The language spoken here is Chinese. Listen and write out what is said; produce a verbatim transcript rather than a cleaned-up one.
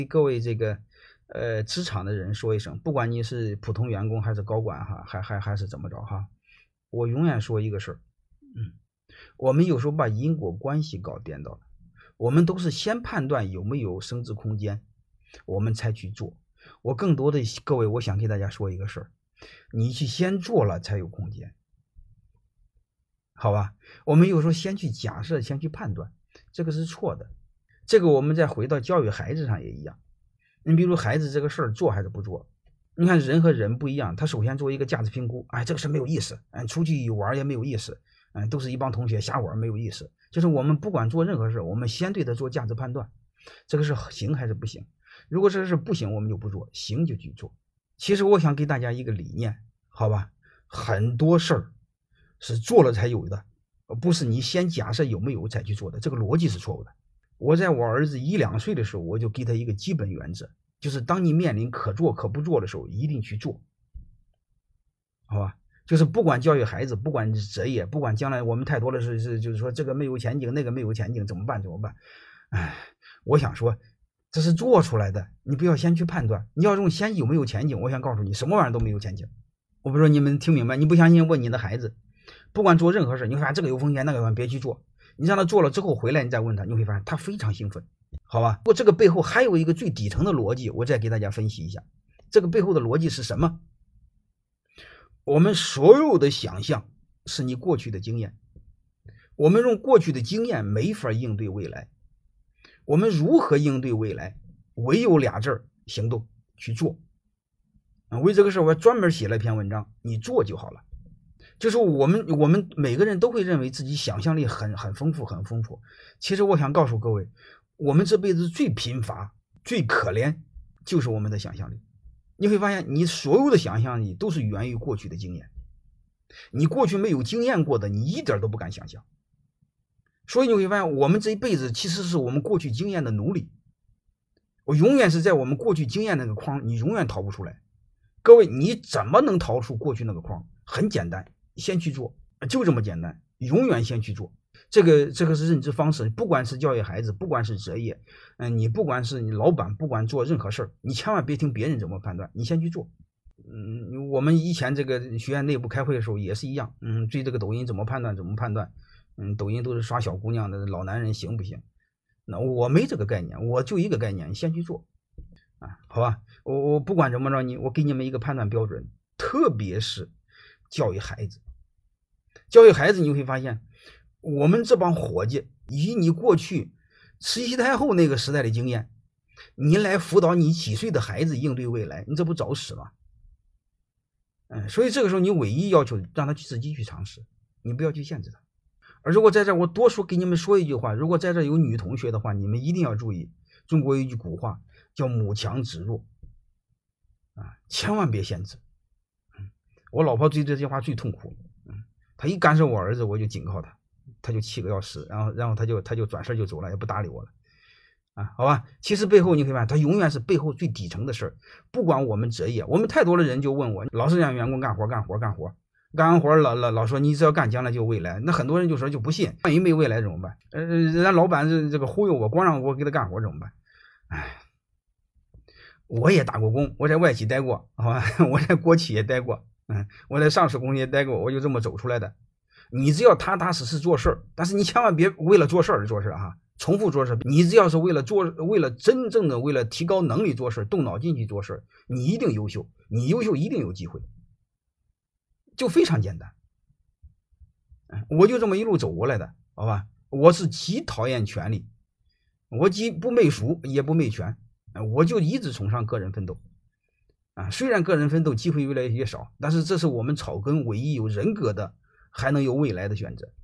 各位这个呃职场的人说一声，不管你是普通员工还是高管哈，还还还是怎么着哈，我永远说一个事儿，嗯，我们有时候把因果关系搞颠倒了，我们都是先判断有没有升值空间，我们才去做。我更多的各位，我想给大家说一个事儿，你去先做了才有空间，好吧？我们有时候先去假设，先去判断，这个是错的。这个我们再回到教育孩子上也一样。你比如孩子这个事儿做还是不做？你看人和人不一样，他首先做一个价值评估，哎，这个事没有意思，哎，出去玩也没有意思，哎，都是一帮同学瞎玩没有意思。就是我们不管做任何事，我们先对他做价值判断，这个是行还是不行？如果这个事不行，我们就不做；行就去做。其实我想给大家一个理念，好吧？很多事儿是做了才有的，不是你先假设有没有才去做的，这个逻辑是错误的。我在我儿子一两岁的时候，我就给他一个基本原则，就是当你面临可做可不做的时候，一定去做，好吧？就是不管教育孩子，不管择业，不管将来我们太多的是是就是说这个没有前景，那个没有前景，怎么办？怎么办？哎，我想说，这是做出来的，你不要先去判断。你要用先有没有前景，我想告诉你，什么玩意儿都没有前景。我不知道你们听明白？你不相信，问你的孩子，不管做任何事，你看这个有风险，那个有风险，别去做。你让他做了之后回来，你再问他，你会发现他非常兴奋，好吧？不过这个背后还有一个最底层的逻辑，我再给大家分析一下。这个背后的逻辑是什么？我们所有的想象是你过去的经验，我们用过去的经验没法应对未来，我们如何应对未来？唯有俩字儿：行动，去做。为这个事我专门写了一篇文章，你做就好了。就是我们我们每个人都会认为自己想象力很很丰富很丰富，其实我想告诉各位，我们这辈子最贫乏最可怜就是我们的想象力。你会发现你所有的想象力都是源于过去的经验，你过去没有经验过的你一点都不敢想象，所以你会发现我们这一辈子其实是我们过去经验的奴隶，我永远是在我们过去经验那个框，你永远逃不出来。各位，你怎么能逃出过去那个框？很简单，先去做，就这么简单，永远先去做。这个这个是认知方式，不管是教育孩子，不管是择业，嗯，你不管是你老板，不管做任何事儿，你千万别听别人怎么判断，你先去做。嗯，我们以前这个学院内部开会的时候也是一样，嗯，对这个抖音怎么判断怎么判断，嗯，抖音都是刷小姑娘的，老男人行不行？那我没这个概念，我就一个概念，你先去做。啊，好吧，我我不管怎么着，你我给你们一个判断标准，特别是教育孩子，教育孩子你会发现，我们这帮伙计以你过去慈禧太后那个时代的经验，你来辅导你几岁的孩子应对未来，你这不找死吗？嗯，所以这个时候你唯一要求让他自己去尝试，你不要去限制他。而如果在这我多说给你们说一句话，如果在这有女同学的话，你们一定要注意，中国有一句古话叫母强子弱啊，千万别限制。嗯，我老婆对这句话最痛苦。嗯，她一干涉我儿子，我就警告她，她就气个要死，然后然后她就她就转身就走了，也不搭理我了。啊，好吧，其实背后你可以发现，它永远是背后最底层的事儿。不管我们择业，我们太多的人就问我，老是让员工干活干活干活，干完活老老老说你只要干，将来就有未来。那很多人就说就不信，万一没未来怎么办？呃，人家老板这这个忽悠我，光让我给他干活怎么办？哎。我也打过工，我在外企待过，好吧，我在国企也待过，嗯，我在上市公司也待过，我就这么走出来的。你只要踏踏实实做事儿，但是你千万别为了做事儿做事哈，重复做事。你只要是为了做，为了真正的为了提高能力做事，动脑筋去做事，你一定优秀，你优秀一定有机会，就非常简单。我就这么一路走过来的，好吧？我是极讨厌权力，我既不媚俗也不媚权。我就一直崇尚个人奋斗啊，虽然个人奋斗机会越来越少，但是这是我们草根唯一有人格的还能有未来的选择。